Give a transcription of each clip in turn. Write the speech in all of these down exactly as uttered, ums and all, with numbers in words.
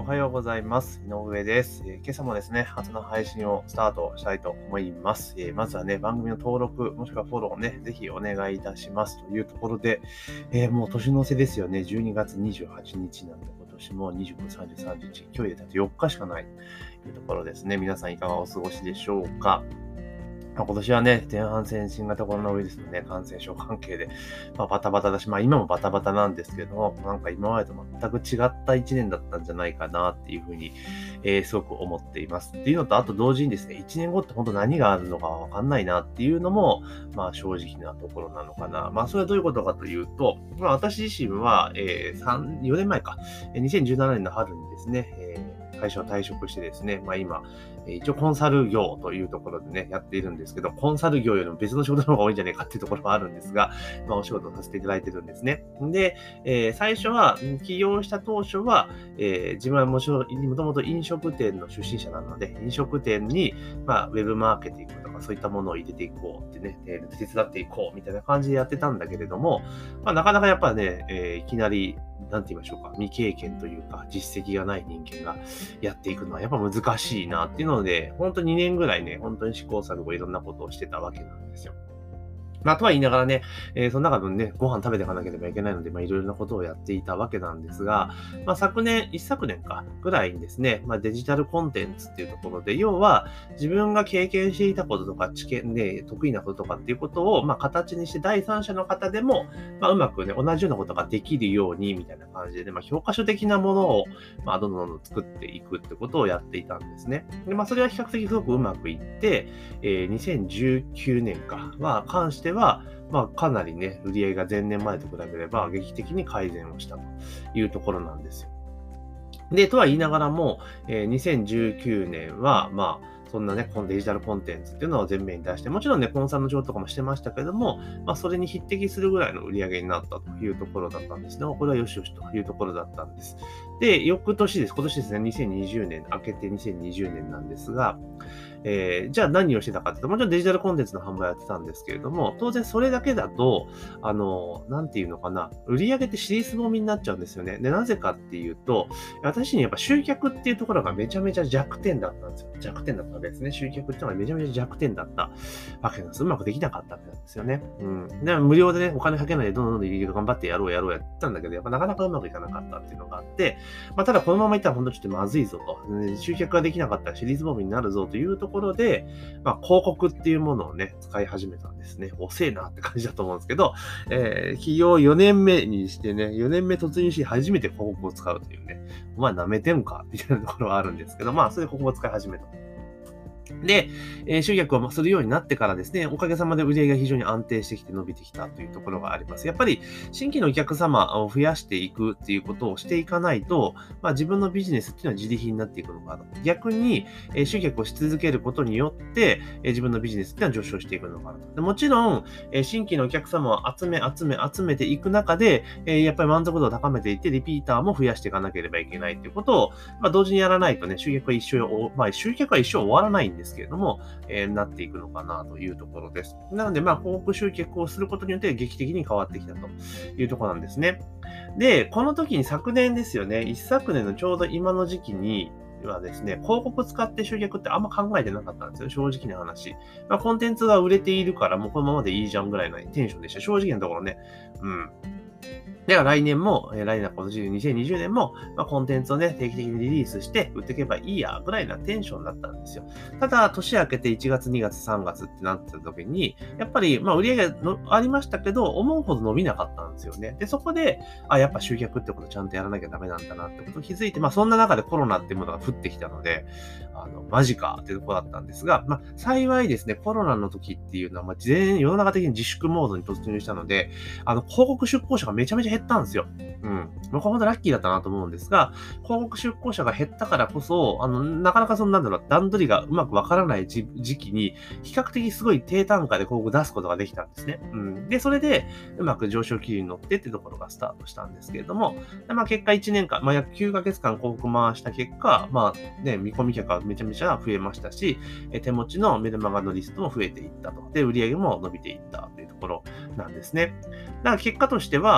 はようございます。井上です。えー今朝もですね、初の配信をスタートしたいと思います。えーまずはね、番組の登録、もしくはフォローをね、ぜひお願いいたしますというところで、えーもう年の瀬ですよね。じゅうにがつにじゅうはちにちなんで、今年もにじゅうく、さんじゅう、さんじゅういち、今日入れたとよっかしかないというところですね。皆さんいかがお過ごしでしょうか。まあ今年はね、前半戦新型コロナウイルスのね、感染症関係で、まあ、バタバタだし、まあ今もバタバタなんですけども、なんか今までと全く違ったいちねんだったんじゃないかなっていうふうに、えーすごく思っています。っていうのと、あと同時にですね、いちねんごって本当何があるのかわかんないなっていうのも、まあ正直なところなのかな。まあそれはどういうことかというと、まあ私自身は、えー、さん、よねんまえか、えーにせんじゅうななねんの春にですね、えー会社を退職してですね、まあ今、えー一応コンサル業というところでね、やっているんですけど、コンサル業よりも別の仕事の方が多いんじゃないかっていうところはあるんですが、まあお仕事をさせていただいてるんですね。で、えー最初は、ん起業した当初は、えー自分はもちろんもともと飲食店の出身者なので、飲食店に、まあ、ウェブマーケティングとかそういったものを入れていこうってね、えー手伝っていこうみたいな感じでやってたんだけれども、まあ、なかなかやっぱね、えーいきなり、なんて言いましょうか、未経験というか、実績がない人間がやっていくのはやっぱ難しいなっていうので、ほんとにねんぐらいね、本当に試行錯誤いろんなことをしてたわけなんですよ。まあ、とは言いながらね、えーその中でね、ご飯食べていかなければいけないので、まあ、いろいろなことをやっていたわけなんですが、まあ、昨年、一昨年か、ぐらいにですね、まあ、デジタルコンテンツっていうところで、要は、自分が経験していたこととか、知見で、得意なこととかっていうことを、まあ、形にして、第三者の方でも、まあ、うまくね、同じようなことができるように、みたいな感じでね、まあ、教科書的なものを、まあ、どんどんどんどん作っていくってことをやっていたんですね。で、まあ、それは比較的すごくうまくいって、えーにせんじゅうきゅうねんかは、関しては、まあ、かなりね、売り上げが前年前と比べれば劇的に改善をしたというところなんですよ。で、とは言いながらも、えーにせんじゅうきゅうねんは、まあ、そんなね、このデジタルコンテンツっていうのを前面に出して、もちろんね、コンサルの仕事とかもしてましたけども、まあ、それに匹敵するぐらいの売り上げになったというところだったんですね。これはよしよしというところだったんです。で、翌年です。今年ですね、にせんにじゅうねん、明けてにせんにじゅうねんなんですが、えーじゃあ何をしてたかっていうと、もちろんデジタルコンテンツの販売やってたんですけれども、当然それだけだと、あの、なんていうのかな、売り上げって尻すぼみになっちゃうんですよね。で、なぜかっていうと、私にやっぱ集客っていうところがめちゃめちゃ弱点だったんですよ。弱点だったわけですね。集客っていうのがめちゃめちゃ弱点だったわけなんです。うまくできなかったわけなんですよね。うん。で、無料でね、お金かけないでどんどんどんどん頑張ってやろうやろうやってたんだけど、やっぱなかなかうまくいかなかったっていうのがあって、まあ、ただこのままいったら本当ちょっとまずいぞと、ね集客ができなかったらシリーズボムになるぞというところで、まあ、広告っていうものをね、使い始めたんですね。遅えなって感じだと思うんですけど、えー、起業よねんめにしてね、よねんめ突入し初めて広告を使うというね、お前舐めてんかみたいなところはあるんですけど、まあ、それで広告を使い始めた。で、えー集客をするようになってからですね、おかげさまで売り上げが非常に安定してきて伸びてきたというところがあります。やっぱり新規のお客様を増やしていくっていうことをしていかないと、まあ、自分のビジネスっていうのは自利品になっていくのかなと。逆に、えー集客をし続けることによって、えー自分のビジネスっていうのは上昇していくのかなと。でもちろん、えー新規のお客様を集め集め集めていく中で、えーやっぱり満足度を高めていって、リピーターも増やしていかなければいけないっていうことを、まあ、同時にやらないとね、集客は一生、まあ、集客は一生終わらないんですけれども、えーなっていくのかなというところです。なので、まあ、広告集客をすることによって劇的に変わってきたというところなんですね。で、この時に昨年ですよね、一昨年のちょうど今の時期に、はですね、広告使って集客ってあんま考えてなかったんですよ、正直な話。まあ、コンテンツが売れているから、もうこのままでいいじゃんぐらいのテンションでした。正直なところね。うん。では来年も、えー来年、今年にせんにじゅうねんも、まあ、コンテンツをね、定期的にリリースして売っていけばいいや、ぐらいなテンションだったんですよ。ただ、年明けていちがつ、にがつ、さんがつってなってた時に、やっぱり、まあ、売り上げのありましたけど、思うほど伸びなかったんですよね。で、そこで、あ、やっぱ集客ってことちゃんとやらなきゃダメなんだなってことを気づいて、まあ、そんな中でコロナっていうものが降ってきたので、あの、マジかっていうところだったんですが、まあ、幸いですね、コロナの時っていうのは、まあ、全世の中的に自粛モードに突入したので、あの、広告出稿者がめちゃめちゃ減ったんですよ。うん。僕は本当ラッキーだったなと思うんですが、広告出稿者が減ったからこそ、あの、なかなかそのなんだろう、段取りがうまくわからない時時期に、比較的すごい低単価で広告出すことができたんですね。うん。で、それで、うまく上昇気流に乗ってっていうところがスタートしたんですけれども、でまあ結果いちねんかん、まあ約きゅうかげつかん広告回した結果、まあね、見込み客がめちゃめちゃ増えましたし、え手持ちのメルマガのリストも増えていったと。で、売り上げも伸びていったというところなんですね。だから結果としては、まあ今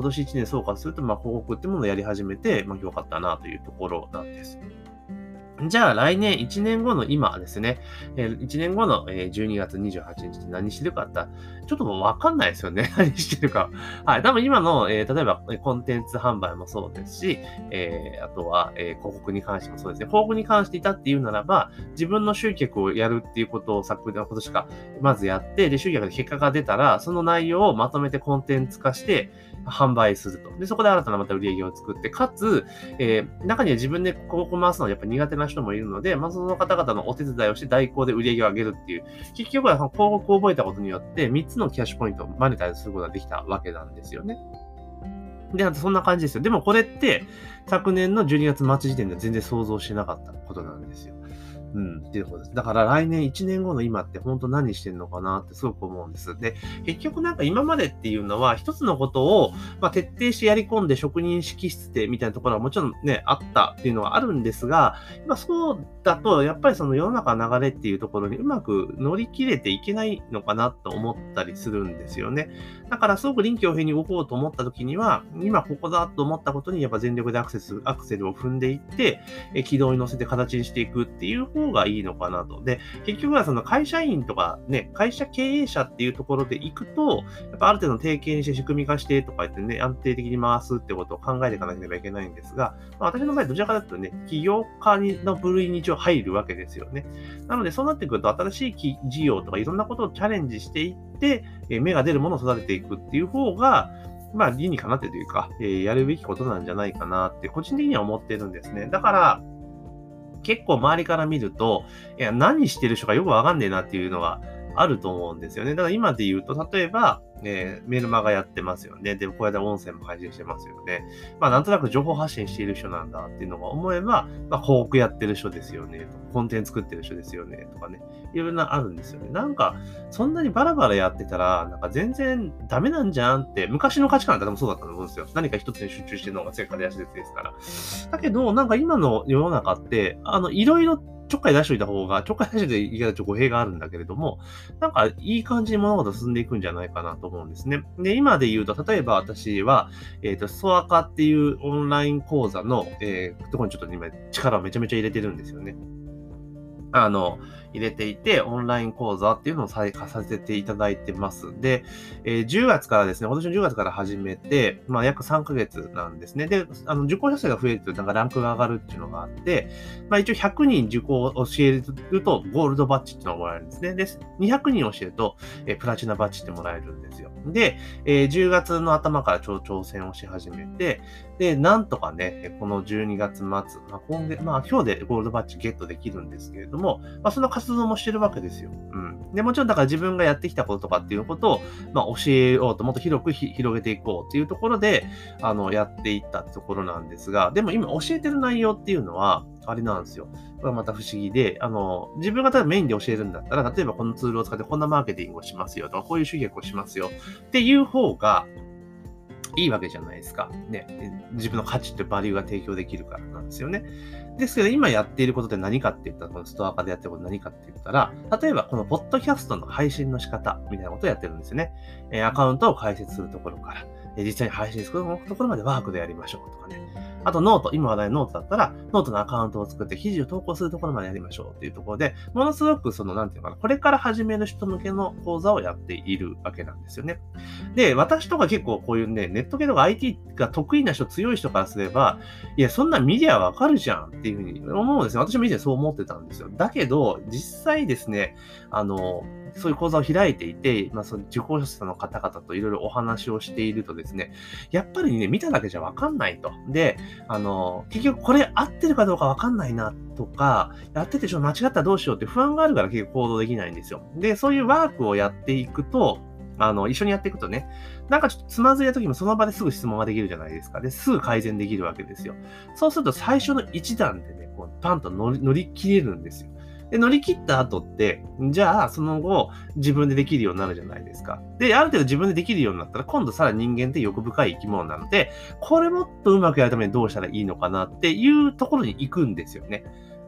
年いちねん総括すると、まあ、広告ってものをやり始めて、まあ、良かったなというところなんです。じゃあ来年いちねんごの今ですね、えー、いちねんごのじゅうにがつにじゅうはちにちって何してるかって言ったら、ちょっともうわかんないですよね。何してるか。はい。多分今の、えー、例えばコンテンツ販売もそうですし、えー、あとは、えー、広告に関してもそうですね。広告に関していたっていうならば、自分の集客をやるっていうことを昨年のことしかまずやって、で、集客で結果が出たら、その内容をまとめてコンテンツ化して、販売すると。で、そこで新たなまた売り上げを作って、かつ、えー、中には自分で広告回すのがやっぱ苦手な人もいるので、まあ、その方々のお手伝いをして代行で売り上げを上げるっていう、結局は広告を覚えたことによって、みっつのキャッシュポイントをマネタイズすることができたわけなんですよね。で、あとそんな感じですよ。でもこれって、昨年のじゅうにがつ末時点では全然想像してなかったことなんですよ。うん、っていうことです。だから来年いちねんごの今って本当何してんのかなってすごく思うんです。で、結局なんか今までっていうのは一つのことを、まあ、徹底してやり込んで職人式質でみたいなところはもちろんね、あったっていうのはあるんですが、まあ、そうだとやっぱりその世の中の流れっていうところにうまく乗り切れていけないのかなと思ったりするんですよね。だからすごく臨機応変に動こうと思った時には、今ここだと思ったことにやっぱ全力でアクセス、アクセルを踏んでいって、え軌道に乗せて形にしていくっていう方がいいのかなと。で、結局はその会社員とかね、会社経営者っていうところで行くと、やっぱある程度の定型にして仕組み化してとか言ってね、安定的に回すってことを考えていかなければいけないんですが、まあ、私の場合どちらかというとね、起業家の部類に一応入るわけですよね。なのでそうなってくると新しい事業とかいろんなことをチャレンジしていって、え芽が出るものを育てていくっていう方が、まあ理にかなってというか、えー、やるべきことなんじゃないかなって個人的には思ってるんですね。だから、結構周りから見ると、いや、何してる人かよくわかんねえなっていうのがあると思うんですよね。だから今で言うと、例えば、えー、メルマガやってますよね。で、こうやって音声も配信してますよね。まあ、なんとなく情報発信している人なんだっていうのが思えば、まあ、広告やってる人ですよね。コンテンツ作ってる人ですよね。とかね。いろいろなあるんですよね。なんか、そんなにバラバラやってたら、なんか全然ダメなんじゃんって、昔の価値観なんかでもそうだったと思うんですよ。何か一つに集中してるのが成果でやすいですから。だけど、なんか今の世の中って、あの、いろいろちょっかい出しといた方が、ちょっかい出しといて言い方ちょっと語弊があるんだけれども、なんかいい感じに物事進んでいくんじゃないかなと思うんですね。で、今で言うと、例えば私は、えっと、ストア化っていうオンライン講座の、えー、ところにちょっと今力をめちゃめちゃ入れてるんですよね。あの、入れていて、オンライン講座っていうのを再開させていただいてます。で、えー、じゅうがつからですね、今年のじゅうがつから始めて、まあ、約さんかげつなんですね。で、あの、受講者数が増えると、なんかランクが上がるっていうのがあって、まあ、一応ひゃくにん受講を教えると、ゴールドバッジっていうのがもらえるんですね。で、にひゃくにん教えると、えー、プラチナバッジってもらえるんですよ。で、えー、じゅうがつの頭から超挑戦をし始めて、で、なんとかね、このじゅうにがつ末、まあ、今月、まあ、今日でゴールドバッジゲットできるんですけれども、まあ、その活動もしてるわけですよ。うん。で、もちろんだから自分がやってきたこととかっていうことを、まあ、教えようと、もっと広く広げていこうっていうところで、あの、やっていったところなんですが、でも今教えてる内容っていうのは、あれなんですよ。これはまた不思議で、あの、自分がただメインで教えるんだったら、例えばこのツールを使ってこんなマーケティングをしますよとか、こういう集客をしますよっていう方が、いいわけじゃないですか。ね。自分の価値ってバリューが提供できるからなんですよね。ですけど、今やっていることって何かって言ったら、このストア化でやってること何かって言ったら、例えばこのポッドキャストの配信の仕方みたいなことをやってるんですよね。えー、アカウントを開設するところから、えー、実際に配信するところまでワークでやりましょうとかね。あとノート、今話題のノートだったら、ノートのアカウントを作って記事を投稿するところまでやりましょうっていうところで、ものすごくその、なんていうのかな、これから始める人向けの講座をやっているわけなんですよね。で、私とか結構こういうね、ネット系とか アイティー が得意な人、強い人からすれば、いや、そんな見りゃわかるじゃんっていうふうに思うんですよ。私も以前そう思ってたんですよ。だけど、実際ですね、あの、そういう講座を開いていて、まあ、その受講者の方々といろいろお話をしているとですね、やっぱりね、見ただけじゃわかんないと。で、あの、結局これ合ってるかどうかわかんないなとか、やっててちょっと間違ったらどうしようって不安があるから結局行動できないんですよ。で、そういうワークをやっていくと、あの、一緒にやっていくとね、なんかちょっとつまずいた時もその場ですぐ質問ができるじゃないですか。で、すぐ改善できるわけですよ。そうすると最初の一段でね、こうパンと乗り乗り切れるんですよ。で、乗り切った後って、じゃあ、その後、自分でできるようになるじゃないですか。で、ある程度自分でできるようになったら、今度さらに人間って欲深い生き物なので、これもっとうまくやるためにどうしたらいいのかなっていうところに行くんですよね。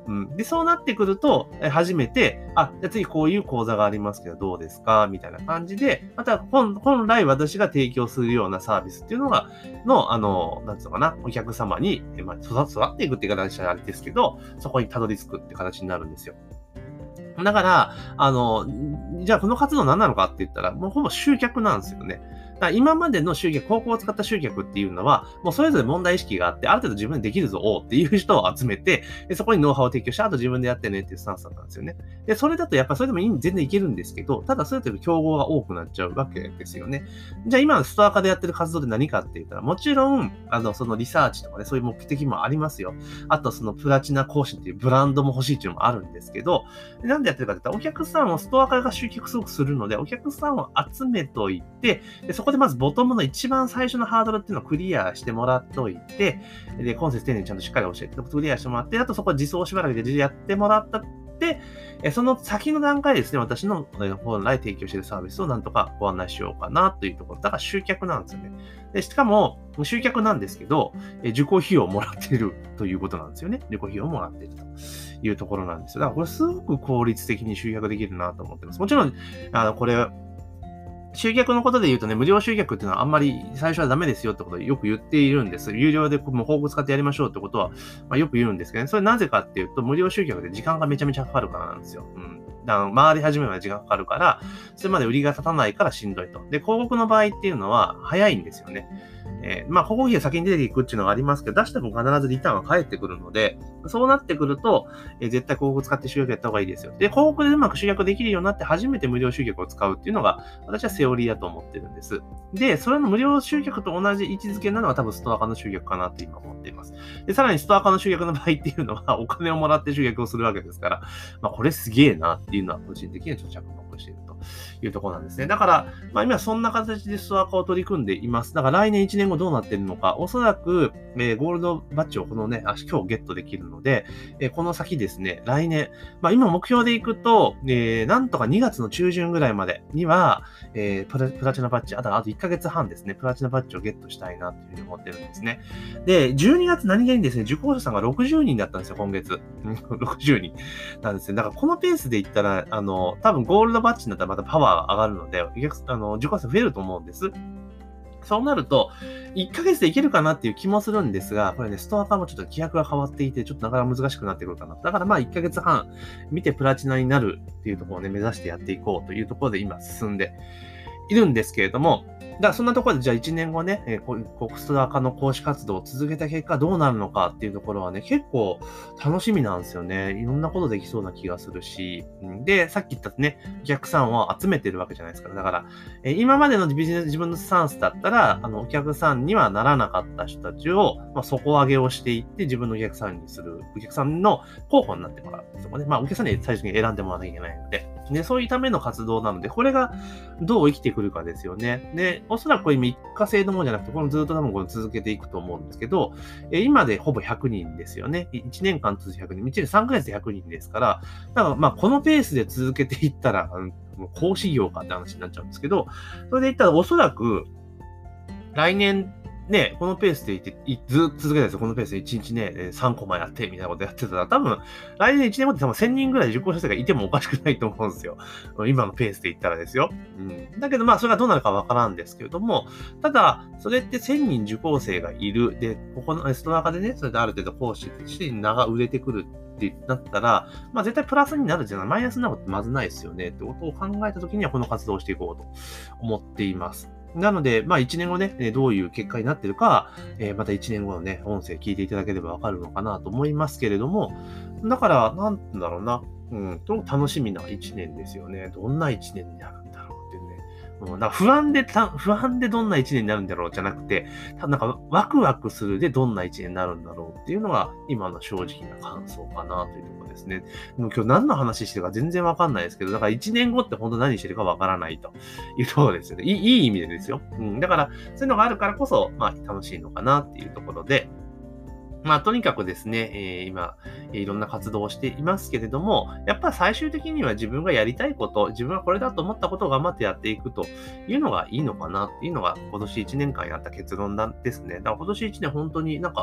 うん。で、そうなってくると、え初めて、あ、じゃあ次こういう講座がありますけどどうですかみたいな感じで、また本、本来私が提供するようなサービスっていうのが、の、あの、なんつうのかな、お客様に、えまあ、育育っていくっていう形はあれですけど、そこにたどり着くって形になるんですよ。だから、あの、じゃあこの活動何なのかって言ったら、もうほぼ集客なんですよね。だから今までの集客、広告を使った集客っていうのは、もうそれぞれ問題意識があって、ある程度自分でできるぞ、おうっていう人を集めて、でそこにノウハウを提供して、あと自分でやってねっていうスタンスだったんですよね。で、それだとやっぱそれでもいい、全然いけるんですけど、ただそれだと競合が多くなっちゃうわけですよね。じゃあ今のストア化でやってる活動って何かって言ったら、もちろん、あの、そのリサーチとかね、そういう目的もありますよ。あとそのプラチナ講師っていうブランドも欲しいっていうのもあるんですけど、なんでやってるかって言ったら、お客さんをストア化が集客すごくするので、お客さんを集めといて、でそこでまずボトムの一番最初のハードルっていうのをクリアしてもらっといて、で、今節丁寧にちゃんとしっかり教えて、クリアしてもらって、あとそこは実装しばらくでやってもらったって、その先の段階ですね、私の本来提供しているサービスをなんとかご案内しようかなというところ。だから集客なんですよね。で、しかも、集客なんですけど、受講費用をもらっているということなんですよね。受講費用をもらっているというところなんですよ。だからこれすごく効率的に集客できるなと思ってます。もちろん、あの、これ、集客のことで言うとね、無料集客っていうのはあんまり最初はダメですよってことをよく言っているんです。有料でもう広告使ってやりましょうってことは、まあ、よく言うんですけどね。それなぜかっていうと、無料集客で時間がめちゃめちゃかかるからなんですよ。うん。だから回り始めるまで時間かかるから、それまで売りが立たないからしんどいと。で、広告の場合っていうのは早いんですよね。えー、まあ、広告費が先に出ていくっていうのがありますけど、出しても必ずリターンは返ってくるので、そうなってくると、えー、絶対広告使って集客やった方がいいですよ。で、広告でうまく集客できるようになって初めて無料集客を使うっていうのが、私はセオリーだと思ってるんです。で、それの無料集客と同じ位置づけなのは多分ストア化の集客かなって今思っています。で、さらにストア化の集客の場合っていうのは、お金をもらって集客をするわけですから、まあ、これすげえなっていうのは個人的にはちょっと着目しているというところなんですね。だから、まあ今そんな形でストア化を取り組んでいます。だから来年いちねんごどうなっているのか、おそらく、えー、ゴールドバッジをこのね、あ今日ゲットできるので、えー、この先ですね、来年、まあ今目標でいくと、えー、なんとかにがつの中旬ぐらいまでには、えー、プラ、プラチナバッジ、あとあといっかげつはんですね、プラチナバッジをゲットしたいなというふうに思ってるんですね。で、じゅうにがつ何気にですね、受講者さんがろくじゅうにんだったんですよ、今月。ろくじゅうにんなんですね。だからこのペースでいったら、あの、多分ゴールドバッジになったらまたパワー上がるので、あの、受講者増えると思うんです。そうなると、いっかげつでいけるかなっていう気もするんですが、これね、ストア化もちょっと規約が変わっていて、ちょっとなかなか難しくなってくるかな。だからまあいっかげつはん見てプラチナになるっていうところをね、目指してやっていこうというところで今進んでいるんですけれども、だからそんなところでじゃあいちねんごね、えー、こうストア化の講師活動を続けた結果どうなるのかっていうところはね、結構楽しみなんですよね。いろんなことできそうな気がするし。で、さっき言ったね、お客さんを集めてるわけじゃないですか。だから、えー、今までのビジネス、自分のスタンスだったら、あの、お客さんにはならなかった人たちを、まあ、底上げをしていって、自分のお客さんにする、お客さんの候補になってもらう。そこね。まあ、お客さんに最初に選んでもらわなきゃいけないので。ね、そういうための活動なので、これがどう生きてくるかですよね。で、おそらくこれ一過性のものじゃなくて、これずっと多分これ続けていくと思うんですけど、え今でほぼひゃくにんですよね。いちねんかん続きひゃくにん、いちねんさんかげつでひゃくにんですから、だからまあこのペースで続けていったら、もう講師業かって話になっちゃうんですけど、それで言ったらおそらく来年、ね、このペースでいて、いずっと続けたんですよ。このペースでいちにちね、さんコマやって、みたいなことやってたら、多分、来年いちねんごって多分せんにんぐらい受講者数がいてもおかしくないと思うんですよ。今のペースで言ったらですよ。うん。だけど、まあ、それがどうなるかわからんですけれども、ただ、それってせんにん受講生がいる。で、ここのストア化でね、それである程度講師として名が売れてくるってなったら、まあ、絶対プラスになるじゃない、マイナスなことまずないですよね。ってことを考えたときには、この活動をしていこうと思っています。なので、まあいちねんごね、どういう結果になってるか、えー、またいちねんごのね、音声聞いていただければわかるのかなと思いますけれども、だから、なんだろうな、うん、と楽しみないちねんですよね。どんないちねんになるんだろうっていうね。うん、だから不安でた、不安でどんないちねんになるんだろうじゃなくて、ただなんかワクワクするでどんないちねんになるんだろうっていうのが今の正直な感想かなというところですね。でも今日何の話してるか全然わかんないですけど、だからいちねんごって本当何してるかわからないというところですよね。いい、いい意味でですよ。うん。だから、そういうのがあるからこそ、まあ楽しいのかなっていうところで、まあ、とにかくですね、えー、今、いろんな活動をしていますけれども、やっぱり最終的には自分がやりたいこと、自分はこれだと思ったことを頑張ってやっていくというのがいいのかなっていうのが、今年いちねんかんやった結論なんですね。だから今年いちねん本当になんか、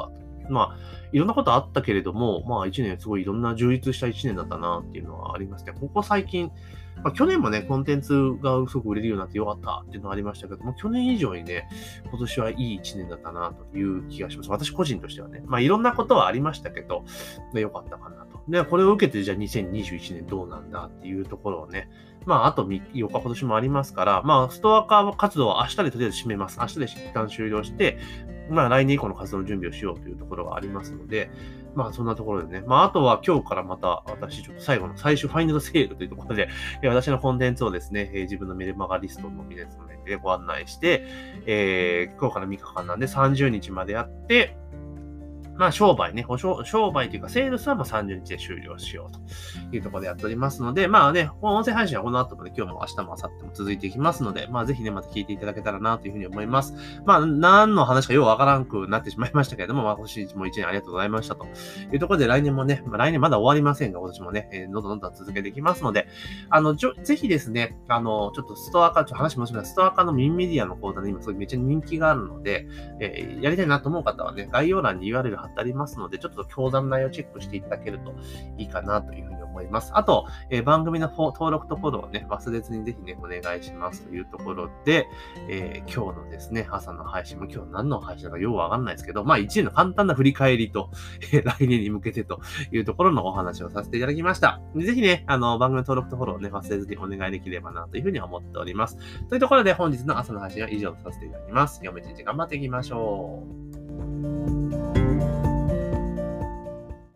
まあ、いろんなことあったけれども、まあいちねんすごいいろんな充実したいちねんだったなっていうのはありまして、ここ最近、まあ、去年もね、コンテンツがすごく売れるようになってよかったっていうのがありましたけども、去年以上にね、今年はいいいちねんだったなという気がします。私個人としてはね。まあいろんなことはありましたけど、でよかったかなと。で、これを受けてじゃあにせんにじゅういちねんどうなんだっていうところをね、まああとよっか今年もありますから、まあストア化活動は明日でとりあえず締めます。明日で一旦終了して、まあ来年以降の活動の準備をしようというところがありますので、まあそんなところでね。まああとは今日からまた私ちょっと最後の最終ファイナルセールというところで、私のコンテンツをですね、自分のメルマガリストの皆さんでご案内して、えー、今日からみっかかんなんでさんじゅうにちまでやって、まあ商売ね、商売というかセールスはまあさんじゅうにちで終了しようというところでやっておりますので、まあね、音声配信はこの後もね、今日も明日も明後日も続いていきますので、まあぜひね、また聞いていただけたらなというふうに思います。まあ何の話かようわからんくなってしまいましたけれども、まあ今年もいちねんありがとうございましたというところで来年もね、まあ来年まだ終わりませんが、今年もね、えー、どんどんどんどん続けていきますので、あの、ぜひですね、あの、ちょっとストア化、ちょっと話もします。ストア化のミンメディアの講座に今すごいめっちゃ人気があるので、えー、やりたいなと思う方はね、概要欄に ユーアールエル 貼ってありますので、ちょっと講座の内容をチェックしていただけるといいかなというふうに思います。あと、えー、番組の登録とフォローをね、忘れずにぜひね、お願いしますというところで、えー、今日のですね、朝の配信も今日何の配信だかようわかんないですけど、まあいちねんの簡単な振り返りと、えー、来年に向けてというところのお話をさせていただきました。ぜひね、あの、番組の登録とフォローをね、忘れずにお願いできればなというふうに思っております。というところで本日の朝の配信は以上とさせていただきます。今日も一日頑張っていきましょう。